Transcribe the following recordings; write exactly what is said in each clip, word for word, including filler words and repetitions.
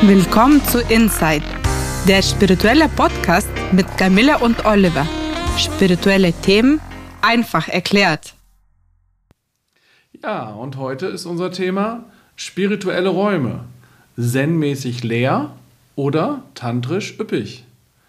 Willkommen zu Inside, der spirituelle Podcast mit Camilla und Oliver. Spirituelle Themen einfach erklärt. Ja, und heute ist unser Thema spirituelle Räume. Zen-mäßig leer oder tantrisch üppig.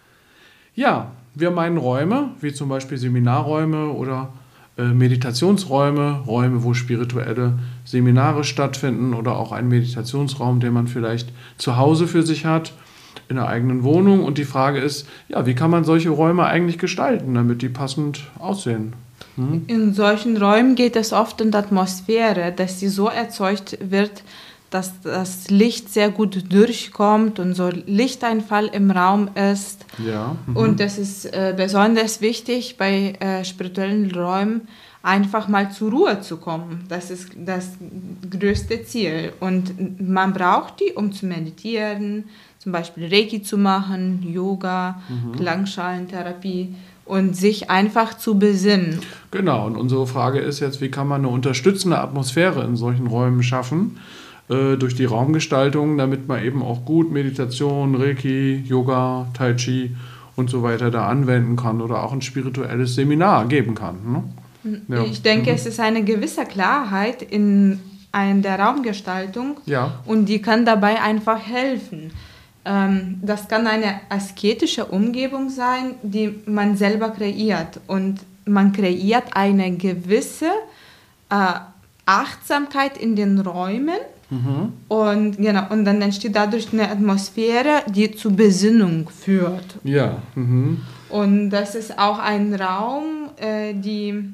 Ja, wir meinen Räume, wie zum Beispiel Seminarräume oder äh, Meditationsräume, Räume, wo spirituelle Seminare stattfinden oder auch ein Meditationsraum, den man vielleicht zu Hause für sich hat, in der eigenen Wohnung. Und die Frage ist, ja, wie kann man solche Räume eigentlich gestalten, damit die passend aussehen? Hm? In solchen Räumen geht es oft um die Atmosphäre, dass sie so erzeugt wird, dass das Licht sehr gut durchkommt und so Lichteinfall im Raum ist. Ja. Mhm. Und das ist äh, besonders wichtig bei äh, spirituellen Räumen, einfach mal zur Ruhe zu kommen. Das ist das größte Ziel. Und man braucht die, um zu meditieren, zum Beispiel Reiki zu machen, Yoga, mhm. Klangschalentherapie und sich einfach zu besinnen. Genau, und unsere Frage ist jetzt, wie kann man eine unterstützende Atmosphäre in solchen Räumen schaffen, äh, durch die Raumgestaltung, damit man eben auch gut Meditation, Reiki, Yoga, Tai Chi und so weiter da anwenden kann oder auch ein spirituelles Seminar geben kann. Ne? Ja. Ich denke, mhm. es ist eine gewisse Klarheit in, in der Raumgestaltung, ja. und die kann dabei einfach helfen. Ähm, das kann eine asketische Umgebung sein, die man selber kreiert, und man kreiert eine gewisse äh, Achtsamkeit in den Räumen, mhm. und, genau, und dann entsteht dadurch eine Atmosphäre, die zu Besinnung führt. Ja. Mhm. Und das ist auch ein Raum, äh, die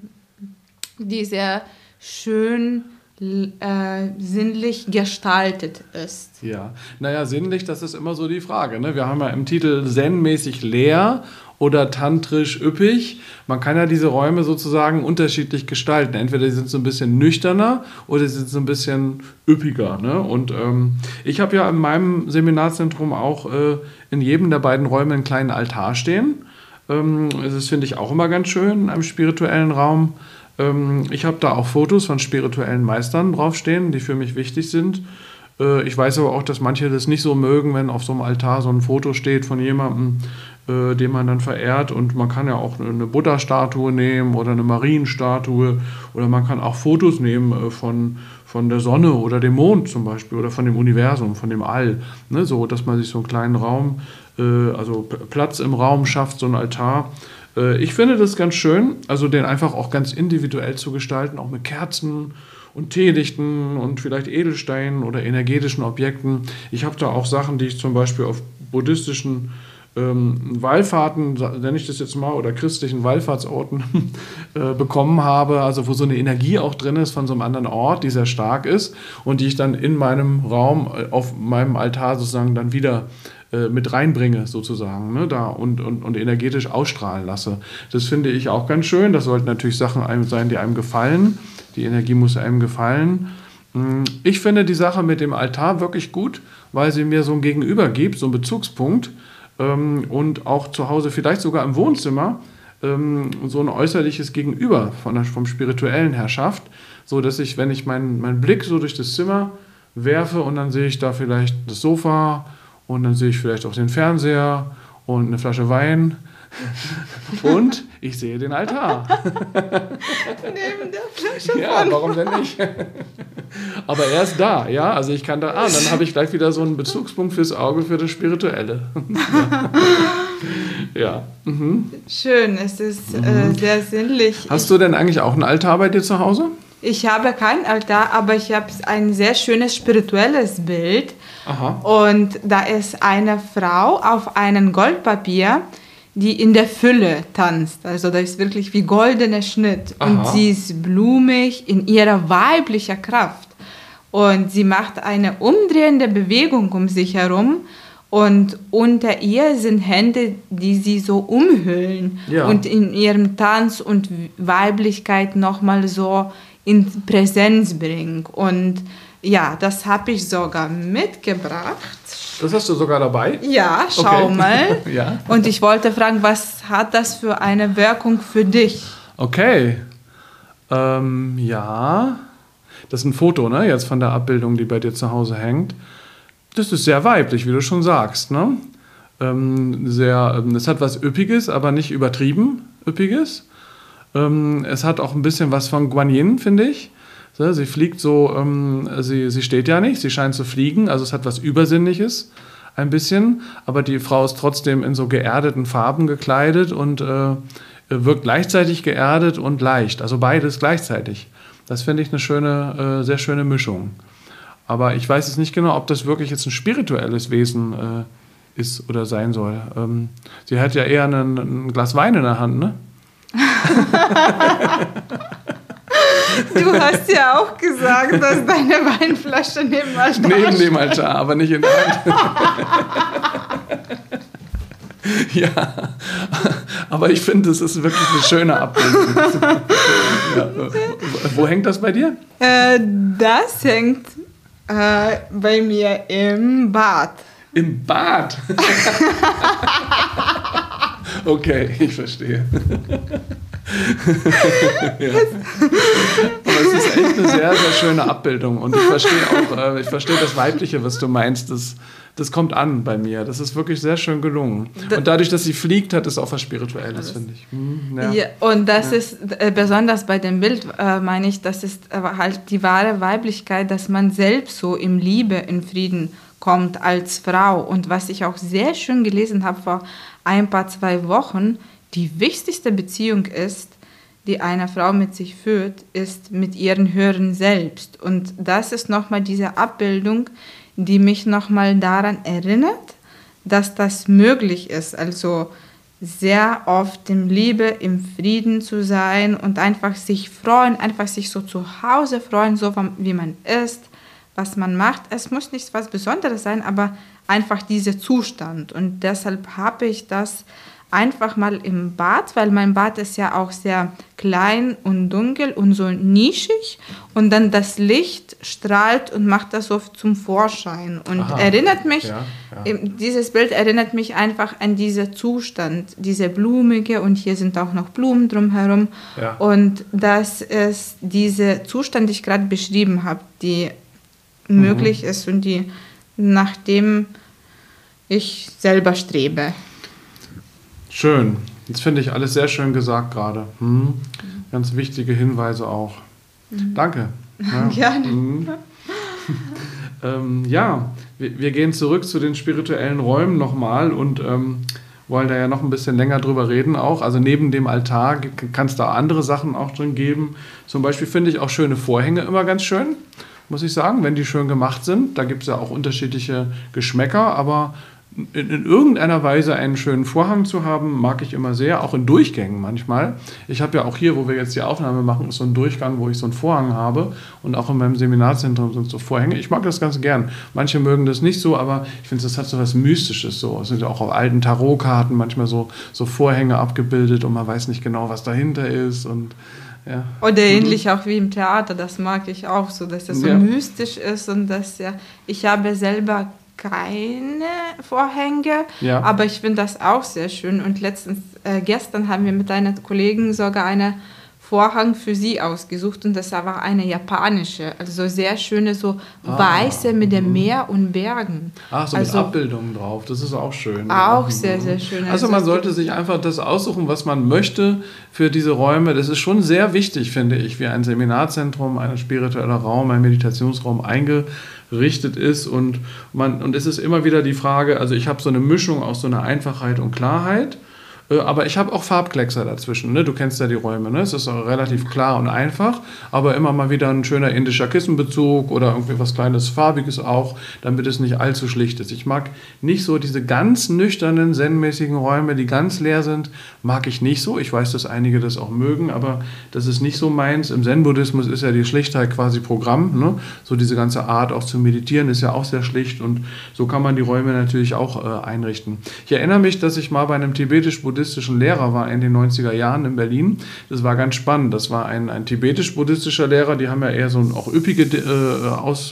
die sehr schön äh, sinnlich gestaltet ist. Ja, naja, sinnlich, das ist immer so die Frage. Ne? Wir haben ja im Titel Zen-mäßig leer oder tantrisch üppig. Man kann ja diese Räume sozusagen unterschiedlich gestalten. Entweder sie sind so ein bisschen nüchterner oder sie sind so ein bisschen üppiger. Ne? Und ähm, ich habe ja in meinem Seminarzentrum auch äh, in jedem der beiden Räume einen kleinen Altar stehen. Ähm, das finde ich auch immer ganz schön in einem spirituellen Raum. Ich habe da auch Fotos von spirituellen Meistern draufstehen, die für mich wichtig sind. Ich weiß aber auch, dass manche das nicht so mögen, wenn auf so einem Altar so ein Foto steht von jemandem, den man dann verehrt. Und man kann ja auch eine Buddha-Statue nehmen oder eine Marienstatue. Oder man kann auch Fotos nehmen von, von der Sonne oder dem Mond zum Beispiel oder von dem Universum, von dem All. Ne, so, dass man sich so einen kleinen Raum, also Platz im Raum schafft, so ein Altar. Ich finde das ganz schön, also den einfach auch ganz individuell zu gestalten, auch mit Kerzen und Teelichten und vielleicht Edelsteinen oder energetischen Objekten. Ich habe da auch Sachen, die ich zum Beispiel auf buddhistischen ähm, Wallfahrten, nenne ich das jetzt mal, oder christlichen Wallfahrtsorten äh, bekommen habe, also wo so eine Energie auch drin ist von so einem anderen Ort, die sehr stark ist und die ich dann in meinem Raum, auf meinem Altar sozusagen dann wieder mit reinbringe sozusagen, ne, da und, und, und energetisch ausstrahlen lasse. Das finde ich auch ganz schön. Das sollten natürlich Sachen sein, die einem gefallen. Die Energie muss einem gefallen. Ich finde die Sache mit dem Altar wirklich gut, weil sie mir so ein Gegenüber gibt, so einen Bezugspunkt, ähm, und auch zu Hause, vielleicht sogar im Wohnzimmer, ähm, so ein äußerliches Gegenüber von der, vom Spirituellen her schafft, so dass ich, wenn ich meinen meinen Blick so durch das Zimmer werfe und dann sehe ich da vielleicht das Sofa, und dann sehe ich vielleicht auch den Fernseher und eine Flasche Wein. Und ich sehe den Altar. Neben der Flasche Wein. Ja, warum denn nicht? Aber er ist da, ja. Also ich kann da, ah, dann habe ich gleich wieder so einen Bezugspunkt fürs Auge, für das Spirituelle. Ja. Ja. Mhm. Schön, es ist äh, sehr sinnlich. Hast du denn eigentlich auch einen Altar bei dir zu Hause? Ich habe keinen Altar, aber ich habe ein sehr schönes spirituelles Bild. Aha. Und da ist eine Frau auf einem Goldpapier, die in der Fülle tanzt. Also da ist wirklich wie goldener Schnitt. Aha. Und sie ist blumig in ihrer weiblichen Kraft. Und sie macht eine umdrehende Bewegung um sich herum. Und unter ihr sind Hände, die sie so umhüllen. Ja. Und in ihrem Tanz und Weiblichkeit nochmal so in Präsenz bringen. Und ja, das habe ich sogar mitgebracht. Das hast du sogar dabei? Ja, schau okay. mal. Ja. Und ich wollte fragen, was hat das für eine Wirkung für dich? Okay. Ähm, ja. Das ist ein Foto, ne? Jetzt von der Abbildung, die bei dir zu Hause hängt. Das ist sehr weiblich, wie du schon sagst. Ne? Ähm, sehr, es hat was Üppiges, aber nicht übertrieben Üppiges. Ähm, es hat auch ein bisschen was von Guanyin, finde ich. So, sie fliegt so, ähm, sie, sie steht ja nicht, sie scheint zu fliegen, also es hat was Übersinnliches, ein bisschen. Aber die Frau ist trotzdem in so geerdeten Farben gekleidet und äh, wirkt gleichzeitig geerdet und leicht. Also beides gleichzeitig. Das finde ich eine schöne, äh, sehr schöne Mischung. Aber ich weiß jetzt nicht genau, ob das wirklich jetzt ein spirituelles Wesen äh, ist oder sein soll. Ähm, sie hat ja eher einen, ein Glas Wein in der Hand, ne? Du hast ja auch gesagt, dass deine Weinflasche neben dem Altar Neben dem Altar, aber nicht in der Hand. Ja, aber ich finde, es ist wirklich eine schöne Abbildung. Ja. Wo hängt das bei dir? Äh, das hängt äh, bei mir im Bad. Im Bad? Okay, ich verstehe. Ja. Aber es ist echt eine sehr, sehr schöne Abbildung. Und ich verstehe auch, äh, ich verstehe das Weibliche, was du meinst. Das, das kommt an bei mir. Das ist wirklich sehr schön gelungen. Und dadurch, dass sie fliegt, hat es auch was Spirituelles, finde ich. Hm, ja. Ja, und das Ja. ist äh, besonders bei dem Bild, äh, meine ich, das ist äh, halt die wahre Weiblichkeit, dass man selbst so im Liebe, in Frieden kommt als Frau. Und was ich auch sehr schön gelesen habe vor ein paar, zwei Wochen, die wichtigste Beziehung ist, die eine Frau mit sich führt, ist mit ihren Höheren selbst. Und das ist nochmal diese Abbildung, die mich nochmal daran erinnert, dass das möglich ist. Also sehr oft in Liebe, im Frieden zu sein und einfach sich freuen, einfach sich so zu Hause freuen, so wie man ist, was man macht. Es muss nicht was Besonderes sein, aber einfach dieser Zustand. Und deshalb habe ich das einfach mal im Bad, weil mein Bad ist ja auch sehr klein und dunkel und so nischig und dann das Licht strahlt und macht das so zum Vorschein und Aha. erinnert mich, ja, ja. dieses Bild erinnert mich einfach an diesen Zustand, diese blumige und hier sind auch noch Blumen drumherum ja. und das ist dieser Zustand, den ich gerade beschrieben habe, die mhm. möglich ist und die nach dem ich selber strebe. Schön. Das finde ich alles sehr schön gesagt gerade. Hm. Ganz wichtige Hinweise auch. Mhm. Danke. Ja. Gerne. Mhm. ähm, ja, wir, wir gehen zurück zu den spirituellen Räumen nochmal und ähm, wollen da ja noch ein bisschen länger drüber reden auch. Also neben dem Altar kann es da andere Sachen auch drin geben. Zum Beispiel finde ich auch schöne Vorhänge immer ganz schön, muss ich sagen, wenn die schön gemacht sind. Da gibt es ja auch unterschiedliche Geschmäcker, aber In, in irgendeiner Weise einen schönen Vorhang zu haben, mag ich immer sehr, auch in Durchgängen manchmal. Ich habe ja auch hier, wo wir jetzt die Aufnahme machen, ist so ein Durchgang, wo ich so einen Vorhang habe und auch in meinem Seminarzentrum sind so Vorhänge. Ich mag das ganz gern. Manche mögen das nicht so, aber ich finde, das hat so was Mystisches. So. Es sind ja auch auf alten Tarotkarten manchmal so, so Vorhänge abgebildet und man weiß nicht genau, was dahinter ist und ja. Oder ähnlich mhm. auch wie im Theater, das mag ich auch so, dass es so ja. mystisch ist und dass ja, ich habe selber keine Vorhänge, ja. aber ich finde das auch sehr schön. Und letztens, äh, gestern haben wir mit einer Kollegin sogar einen Vorhang für sie ausgesucht und das war eine japanische, also sehr schöne, so ah. weiße mit dem Meer und Bergen. Ach, so also, mit Abbildungen drauf, das ist auch schön. Auch ja. sehr, sehr schön. Also, also man sollte sich einfach das aussuchen, was man möchte für diese Räume. Das ist schon sehr wichtig, finde ich, wie ein Seminarzentrum, ein spiritueller Raum, ein Meditationsraum eingerichtet ist und man und es ist immer wieder die Frage, also ich habe so eine Mischung aus so einer Einfachheit und Klarheit, aber ich habe auch Farbkleckser dazwischen, ne? Du kennst ja die Räume, ne? Es ist auch relativ klar und einfach, aber immer mal wieder ein schöner indischer Kissenbezug oder irgendwie was Kleines Farbiges auch, damit es nicht allzu schlicht ist. Ich mag nicht so diese ganz nüchternen, zen-mäßigen Räume, die ganz leer sind, mag ich nicht so. Ich weiß, dass einige das auch mögen, aber das ist nicht so meins. Im Zen-Buddhismus ist ja die Schlichtheit quasi Programm, ne? So diese ganze Art auch zu meditieren ist ja auch sehr schlicht und so kann man die Räume natürlich auch äh, einrichten. Ich erinnere mich, dass ich mal bei einem tibetisch-buddhistischen Lehrer war in den neunziger Jahren in Berlin. Das war ganz spannend. Das war ein, ein tibetisch-buddhistischer Lehrer, die haben ja eher so auch üppige äh,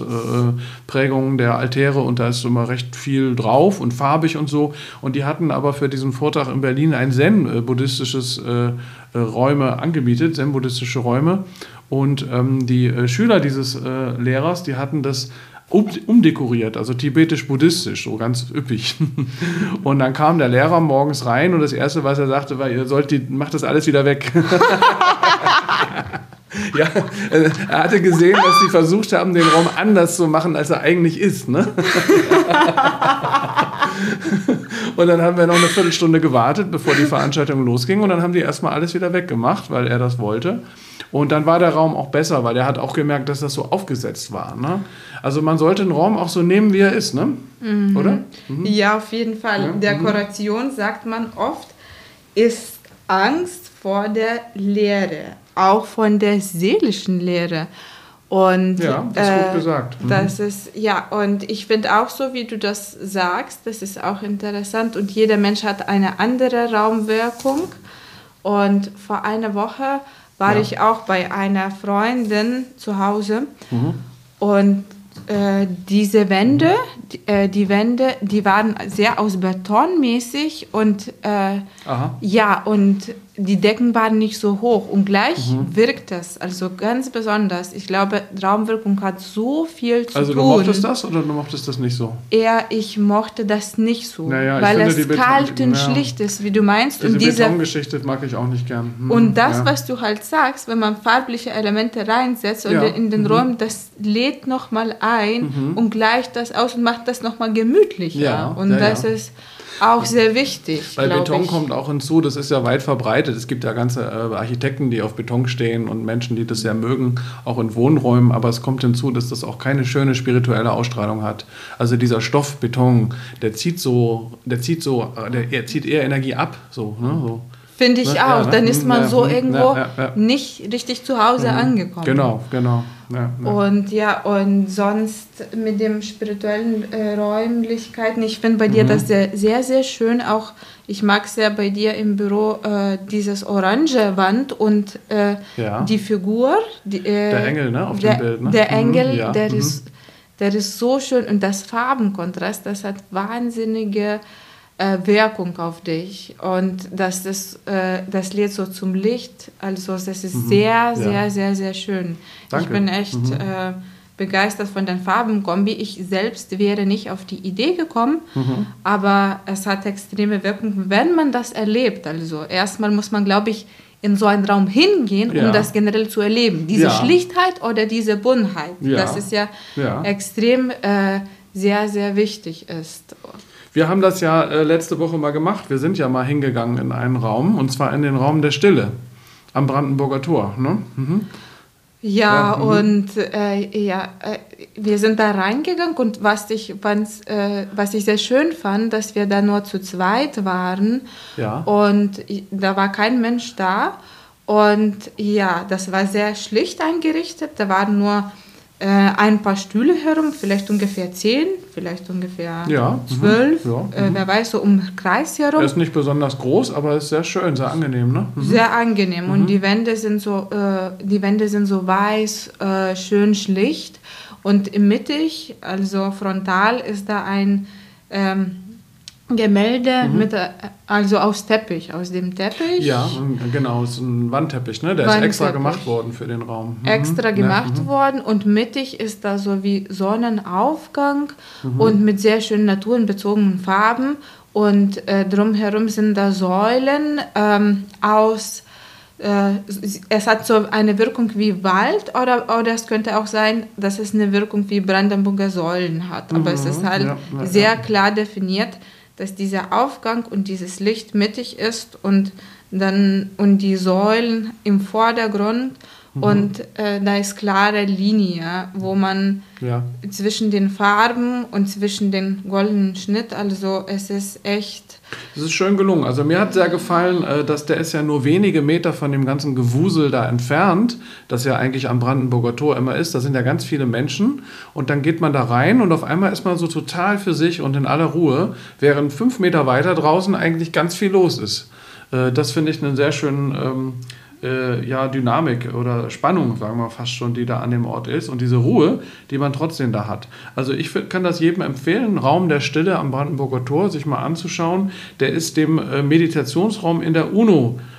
Ausprägungen der Altäre und da ist immer recht viel drauf und farbig und so. Und die hatten aber für diesen Vortrag in Berlin ein Zen-buddhistisches äh, Räume angemietet, Zen-buddhistische Räume. Und ähm, die äh, Schüler dieses äh, Lehrers, die hatten das um, umdekoriert, also tibetisch-buddhistisch, so ganz üppig. Und dann kam der Lehrer morgens rein und das Erste, was er sagte, war, ihr sollt die, macht das alles wieder weg. Ja, er hatte gesehen, dass sie versucht haben, den Raum anders zu machen, als er eigentlich ist. Ne? Und dann haben wir noch eine Viertelstunde gewartet, bevor die Veranstaltung losging. Und dann haben die erstmal alles wieder weggemacht, weil er das wollte. Und dann war der Raum auch besser, weil er hat auch gemerkt, dass das so aufgesetzt war. Ne? Also man sollte einen Raum auch so nehmen, wie er ist, ne? Mhm. Oder? Mhm. Ja, auf jeden Fall. Ja. Dekoration, sagt man oft, ist Angst vor der Leere. Auch von der seelischen Lehre. Und, ja, das ist äh, gut gesagt. Mhm. Das ist, ja, und ich finde auch so, wie du das sagst, das ist auch interessant und jeder Mensch hat eine andere Raumwirkung. Und vor einer Woche war ja. ich auch bei einer Freundin zu Hause mhm. und äh, diese Wände, die, äh, die Wände, die waren sehr aus Beton mäßig und äh, ja, und die Decken waren nicht so hoch und gleich mhm. wirkt das, also ganz besonders. Ich glaube, Raumwirkung hat so viel zu also tun. Also du mochtest das oder du mochtest das nicht so? Eher, ich mochte das nicht so, naja, weil es Beton, kalt und naja, schlicht ist, wie du meinst. Diese, und diese Betongeschichte mag ich auch nicht gern. Hm, und das, ja. was du halt sagst, wenn man farbliche Elemente reinsetzt und ja. in den mhm. Raum, das lädt nochmal ein mhm. und gleicht das aus und macht das nochmal gemütlicher. Ja, und ja, das ja. ist auch sehr wichtig. Bei Beton ich. kommt auch hinzu, das ist ja weit verbreitet. Es gibt ja ganze äh, Architekten, die auf Beton stehen und Menschen, die das sehr mögen, auch in Wohnräumen. Aber es kommt hinzu, dass das auch keine schöne spirituelle Ausstrahlung hat. Also dieser Stoff Beton, der zieht so, der zieht so, der, er zieht eher Energie ab. So, ne, so. Finde ich ja, auch. Ja, Dann ist man ja, so ja, irgendwo ja, ja. nicht richtig zu Hause mhm. angekommen. Genau, genau. Ja, ja. Und ja, und sonst mit den spirituellen äh, Räumlichkeiten, ich finde bei dir mhm. das sehr, sehr, sehr schön. Auch ich mag sehr bei dir im Büro äh, dieses orange Wand und äh, ja. die Figur. Die, äh, der Engel, ne, auf der, dem Bild. Ne? Der Engel, mhm, ja. der, mhm. ist, der ist so schön und das Farbenkontrast, das hat wahnsinnige Wirkung auf dich und das, ist, äh, das lädt so zum Licht, also das ist mhm. sehr, sehr, ja. sehr, sehr schön. Danke. Ich bin echt mhm. äh, begeistert von den Farbenkombi. Ich selbst wäre nicht auf die Idee gekommen, mhm. aber es hat extreme Wirkung, wenn man das erlebt. Also erstmal muss man, glaube ich, in so einen Raum hingehen, um ja. das generell zu erleben. Diese ja. Schlichtheit oder diese Buntheit, ja. das ist ja, ja. extrem äh, sehr, sehr wichtig ist. Wir haben das ja äh, letzte Woche mal gemacht. Wir sind ja mal hingegangen in einen Raum, und zwar in den Raum der Stille am Brandenburger Tor. Ne? Mhm. Ja, ja mhm. und äh, ja, äh, wir sind da reingegangen und was ich, äh, was ich sehr schön fand, dass wir da nur zu zweit waren ja. und da war kein Mensch da und ja, das war sehr schlicht eingerichtet. Da waren nur Äh, ein paar Stühle herum, vielleicht ungefähr zehn, vielleicht ungefähr ja, zwölf, mhm, ja, äh, wer weiß, so um den Kreis herum. Er ist nicht besonders groß, aber ist sehr schön, sehr angenehm, ne? Mhm. Sehr angenehm mhm. und die Wände sind so, äh, die Wände sind so weiß, äh, schön schlicht und mittig, also frontal, ist da ein ähm, Gemälde mhm. mit, also aus Teppich, aus dem Teppich. Ja, genau, es ist ein Wandteppich, ne? Der ist extra gemacht worden für den Raum. Mhm. Extra gemacht ja, worden und mittig ist da so wie Sonnenaufgang mhm. und mit sehr schönen naturenbezogenen Farben und äh, drumherum sind da Säulen ähm, aus, äh, es hat so eine Wirkung wie Wald oder, oder es könnte auch sein, dass es eine Wirkung wie Brandenburger Säulen hat, aber mhm. es ist halt ja, ja, sehr ja. klar definiert, dass dieser Aufgang und dieses Licht mittig ist und dann und die Säulen im Vordergrund mhm. und äh, da ist klare Linie, wo man ja. zwischen den Farben und zwischen den goldenen Schnitt, also es ist echt... Das ist schön gelungen. Also mir hat sehr gefallen, dass der ist ja nur wenige Meter von dem ganzen Gewusel da entfernt, das ja eigentlich am Brandenburger Tor immer ist. Da sind ja ganz viele Menschen und dann geht man da rein und auf einmal ist man so total für sich und in aller Ruhe, während fünf Meter weiter draußen eigentlich ganz viel los ist. Das finde ich einen sehr schönen... Ähm, Äh, ja, Dynamik oder Spannung, sagen wir fast schon, die da an dem Ort ist und diese Ruhe, die man trotzdem da hat. Also ich kann das jedem empfehlen, Raum der Stille am Brandenburger Tor sich mal anzuschauen. Der ist dem äh, Meditationsraum in der UNO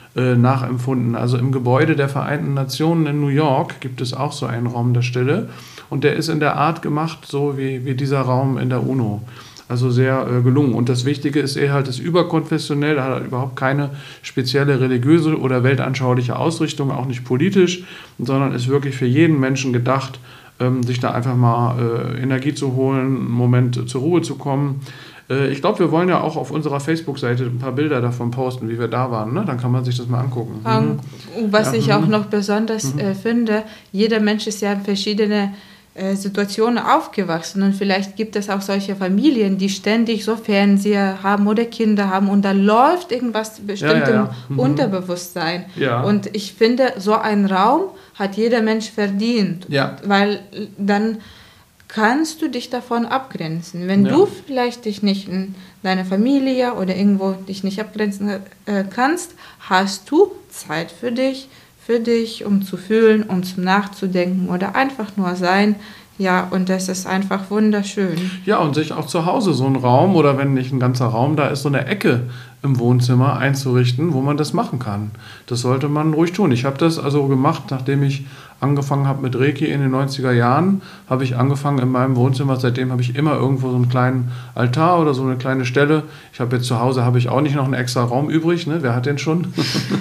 äh, nachempfunden. Also im Gebäude der Vereinten Nationen in New York gibt es auch so einen Raum der Stille. Und der ist in der Art gemacht, so wie, wie dieser Raum in der UNO. Also sehr äh, gelungen. Und das Wichtige ist, er halt ist überkonfessionell, er hat überhaupt keine spezielle religiöse oder weltanschauliche Ausrichtung, auch nicht politisch, sondern ist wirklich für jeden Menschen gedacht, ähm, sich da einfach mal äh, Energie zu holen, einen Moment zur Ruhe zu kommen. Äh, ich glaube, wir wollen ja auch auf unserer Facebook-Seite ein paar Bilder davon posten, wie wir da waren. Ne? Dann kann man sich das mal angucken. Mhm. Was ja, ich auch mhm. noch besonders mhm. äh, finde, jeder Mensch ist ja in verschiedene Situationen aufgewachsen und vielleicht gibt es auch solche Familien, die ständig so Fernseher haben oder Kinder haben und da läuft irgendwas bestimmt ja, ja, ja. im Mhm. Unterbewusstsein. Ja. Und ich finde, so ein Raum hat jeder Mensch verdient, ja. weil dann kannst du dich davon abgrenzen. Wenn ja. du vielleicht dich nicht in deiner Familie oder irgendwo dich nicht abgrenzen äh, kannst, hast du Zeit für dich, für dich, um zu fühlen, um zum Nachzudenken oder einfach nur sein. Ja, und das ist einfach wunderschön. Ja, und sich auch zu Hause so einen Raum oder wenn nicht ein ganzer Raum da ist, so eine Ecke im Wohnzimmer einzurichten, wo man das machen kann. Das sollte man ruhig tun. Ich habe das also gemacht, nachdem ich angefangen habe mit Reiki in den neunziger Jahren, habe ich angefangen in meinem Wohnzimmer. Seitdem habe ich immer irgendwo so einen kleinen Altar oder so eine kleine Stelle. Ich habe jetzt zu Hause habe ich auch nicht noch einen extra Raum übrig, ne? Wer hat den schon?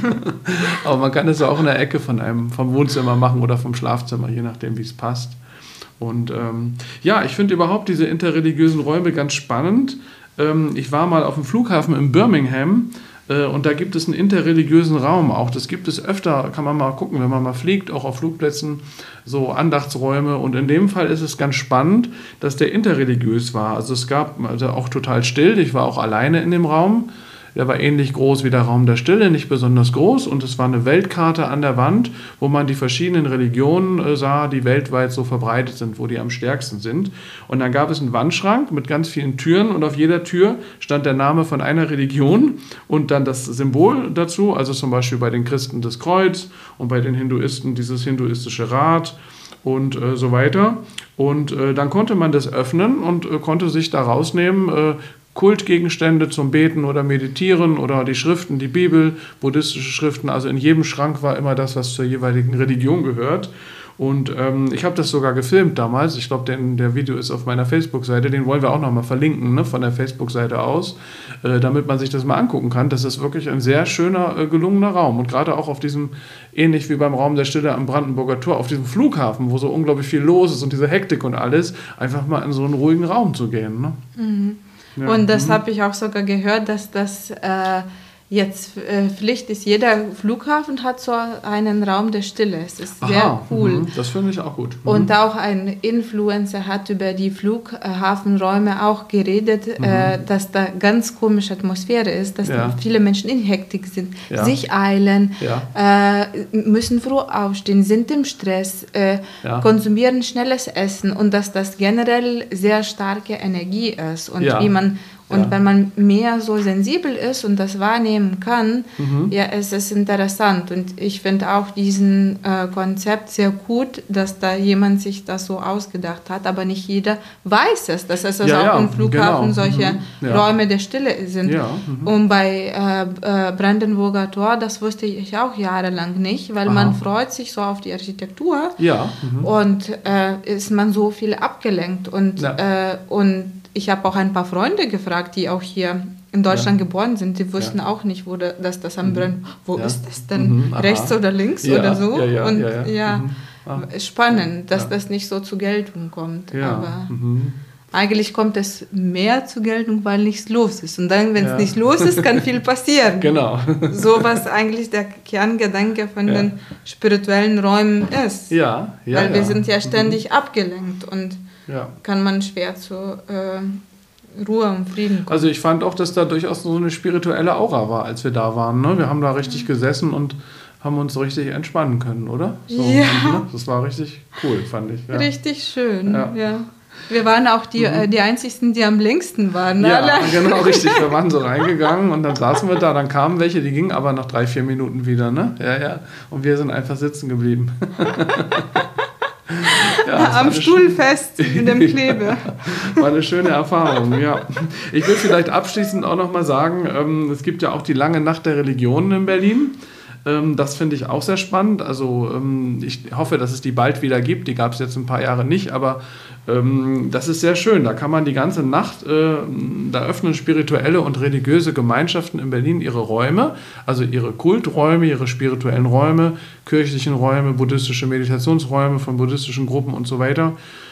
Aber man kann es ja auch in der Ecke von einem, vom Wohnzimmer machen oder vom Schlafzimmer, je nachdem, wie es passt. Und ähm, ja, ich finde überhaupt diese interreligiösen Räume ganz spannend. Ähm, ich war mal auf dem Flughafen in Birmingham äh, und da gibt es einen interreligiösen Raum auch. Das gibt es öfter, kann man mal gucken, wenn man mal fliegt, auch auf Flugplätzen, so Andachtsräume. Und in dem Fall ist es ganz spannend, dass der interreligiös war. Also es gab also auch total still, ich war auch alleine in dem Raum. Der war ähnlich groß wie der Raum der Stille, nicht besonders groß. Und es war eine Weltkarte an der Wand, wo man die verschiedenen Religionen äh, sah, die weltweit so verbreitet sind, wo die am stärksten sind. Und dann gab es einen Wandschrank mit ganz vielen Türen und auf jeder Tür stand der Name von einer Religion und dann das Symbol dazu, also zum Beispiel bei den Christen das Kreuz und bei den Hinduisten dieses hinduistische Rad und äh, so weiter. Und äh, dann konnte man das öffnen und äh, konnte sich da rausnehmen, äh, Kultgegenstände zum Beten oder Meditieren oder die Schriften, die Bibel, buddhistische Schriften. Also in jedem Schrank war immer das, was zur jeweiligen Religion gehört. Und ähm, ich habe das sogar gefilmt damals. Ich glaube, der Video ist auf meiner Facebook-Seite. Den wollen wir auch nochmal verlinken, ne, von der Facebook-Seite aus, äh, damit man sich das mal angucken kann. Das ist wirklich ein sehr schöner, äh, gelungener Raum. Und gerade auch auf diesem, ähnlich wie beim Raum der Stille am Brandenburger Tor, auf diesem Flughafen, wo so unglaublich viel los ist und diese Hektik und alles, einfach mal in so einen ruhigen Raum zu gehen. Ne? Mhm. Ja. Und das mhm. habe ich auch sogar gehört, dass das äh, jetzt äh, Pflicht ist. Jeder Flughafen hat so einen Raum der Stille. Es ist sehr Aha, cool. Mhm. Das finde ich auch gut. Mhm. Und auch ein Influencer hat über die Flughafenräume auch geredet, mhm. äh, dass da ganz komische Atmosphäre ist, dass ja. viele Menschen in Hektik sind, ja. sich eilen, ja. äh, müssen früh aufstehen, sind im Stress, äh, ja. konsumieren schnelles Essen und dass das generell sehr starke Energie ist. Und ja. wie man Und ja. wenn man mehr so sensibel ist und das wahrnehmen kann, mhm. ja, es ist interessant. Und ich finde auch diesen äh, Konzept sehr gut, dass da jemand sich das so ausgedacht hat, aber nicht jeder weiß es, dass es also ja, auch ja, im Flughafen genau. solche mhm. ja. Räume der Stille sind. Ja. Mhm. Und bei äh, äh, Brandenburger Tor, das wusste ich auch jahrelang nicht, weil Aha. man freut sich so auf die Architektur ja. mhm. und äh, ist man so viel abgelenkt. Und, ja. äh, und ich habe auch ein paar Freunde gefragt, die auch hier in Deutschland ja. geboren sind. Die wussten ja. auch nicht, wo da, dass das am Brennen. Wo ja. ist das denn? Mhm. Rechts oder links ja. oder so? Ja, ja, und ja, ja. ja mhm. ah. spannend, dass ja. das nicht so zur Geltung kommt. Ja. Aber mhm. eigentlich kommt es mehr zur Geltung, weil nichts los ist. Und dann, wenn es ja. nicht los ist, kann viel passieren. Genau. So was eigentlich der Kerngedanke von ja. den spirituellen Räumen ist. Ja, ja. Weil wir ja. sind ja ständig mhm. abgelenkt und ja. kann man schwer zur äh, Ruhe und Frieden kommen. Also ich fand auch, dass da durchaus so eine spirituelle Aura war, als wir da waren. Ne? Wir haben da richtig gesessen und haben uns so richtig entspannen können, oder? So, ja. Ne? Das war richtig cool, fand ich. Ja. Richtig schön, ja. ja. Wir waren auch die, mhm. äh, die Einzigen, die am längsten waren. Ja, alle. genau, richtig. Wir waren so reingegangen und dann saßen wir da, dann kamen welche, die gingen aber nach drei, vier Minuten wieder, ne? Ja, ja. Und wir sind einfach sitzen geblieben. Ja, am Stuhl fest mit dem Klebe. War eine schöne Erfahrung, ja. Ich will vielleicht abschließend auch noch mal sagen, ähm, es gibt ja auch die lange Nacht der Religionen in Berlin. Ähm, das finde ich auch sehr spannend. Also ähm, ich hoffe, dass es die bald wieder gibt. Die gab es jetzt ein paar Jahre nicht, aber ähm, das ist sehr schön. Da kann man die ganze Nacht, äh, da öffnen spirituelle und religiöse Gemeinschaften in Berlin ihre Räume, also ihre Kulträume, ihre spirituellen Räume, kirchlichen Räume, buddhistische Meditationsräume von buddhistischen Gruppen und so weiter.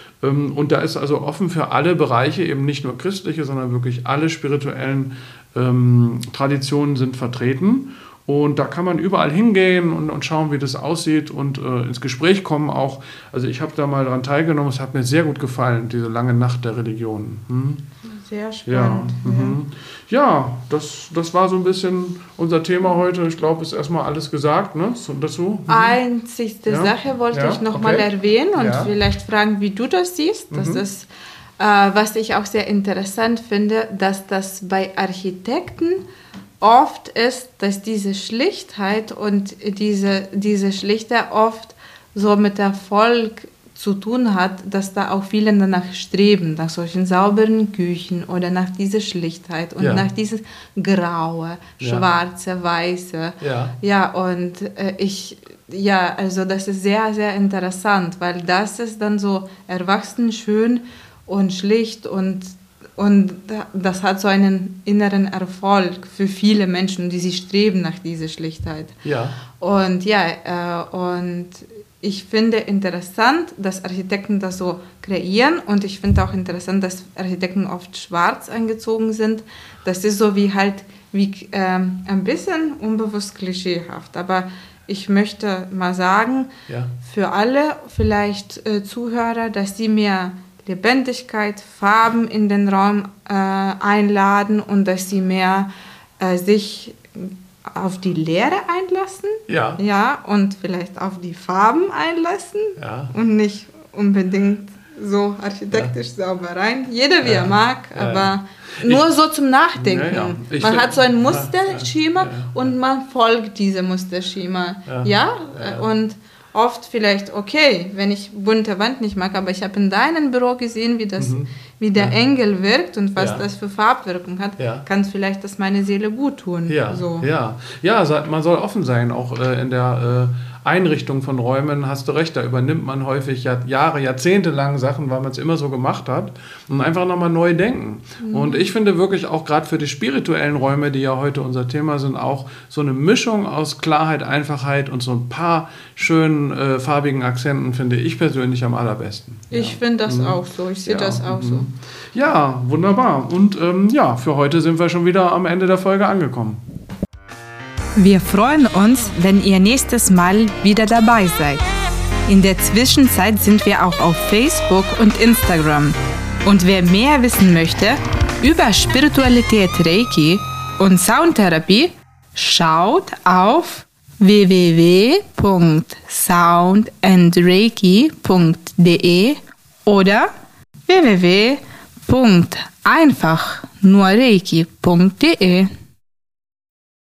Und da ist also offen für alle Bereiche, eben nicht nur christliche, sondern wirklich alle spirituellen ähm, Traditionen sind vertreten. Und da kann man überall hingehen und, und schauen, wie das aussieht und äh, ins Gespräch kommen auch. Also ich habe da mal daran teilgenommen, es hat mir sehr gut gefallen, diese lange Nacht der Religionen. Hm? Sehr spannend. Ja, mhm. ja das, das war so ein bisschen unser Thema heute. Ich glaube, ist erstmal alles gesagt, ne, dazu. Mhm. Einzigste ja. Sache wollte ja. ich noch okay. mal erwähnen und ja. vielleicht fragen, wie du das siehst. Das mhm. ist, äh, was ich auch sehr interessant finde, dass das bei Architekten oft ist, dass diese Schlichtheit und diese, diese Schlichtheit oft so mit Erfolg zu tun hat, dass da auch viele danach streben, nach solchen sauberen Küchen oder nach dieser Schlichtheit und ja. nach dieses Graue, ja. Schwarze, Weiße. Ja, ja und äh, ich, ja, also das ist sehr, sehr interessant, weil das ist dann so erwachsen, schön und schlicht und Und das hat so einen inneren Erfolg für viele Menschen, die sie streben nach dieser Schlichtheit. Ja. Und ja, äh, und ich finde interessant, dass Architekten das so kreieren. Und ich finde auch interessant, dass Architekten oft schwarz angezogen sind. Das ist so wie halt wie, ähm, ein bisschen unbewusst klischeehaft. Aber ich möchte mal sagen, ja. für alle vielleicht äh, Zuhörer, dass sie mehr Lebendigkeit, Farben in den Raum äh, einladen und dass sie mehr äh, sich auf die Leere einlassen, ja. ja, und vielleicht auf die Farben einlassen ja. und nicht unbedingt so architektisch ja. sauber rein. Jeder wie ja. er mag, ja. aber nur ich, so zum Nachdenken. Ja, ja. Man hat so ein Musterschema ja, ja, ja. und man folgt diesem Musterschema. Ja, ja? ja. und oft vielleicht, okay, wenn ich bunte Wand nicht mag, aber ich habe in deinem Büro gesehen, wie, das, mhm. wie der ja. Engel wirkt und was ja. das für Farbwirkung hat, ja. kann vielleicht das meine Seele gut tun. Ja, so. ja. ja, man soll offen sein, auch äh, in der äh, Einrichtung von Räumen, hast du recht, da übernimmt man häufig Jahr, Jahre, Jahrzehnte lang Sachen, weil man es immer so gemacht hat und einfach nochmal neu denken. Mhm. Und ich finde wirklich auch gerade für die spirituellen Räume, die ja heute unser Thema sind, auch so eine Mischung aus Klarheit, Einfachheit und so ein paar schönen äh, farbigen Akzenten finde ich persönlich am allerbesten. Ich ja. finde das mhm. auch so, ich sehe ja. das auch mhm. so. Ja, wunderbar. Und ähm, ja, für heute sind wir schon wieder am Ende der Folge angekommen. Wir freuen uns, wenn ihr nächstes Mal wieder dabei seid. In der Zwischenzeit sind wir auch auf Facebook und Instagram. Und wer mehr wissen möchte über Spiritualität, Reiki und Soundtherapie, schaut auf w w w punkt sound and reiki punkt d e oder w w w punkt einfach nur reiki punkt d e.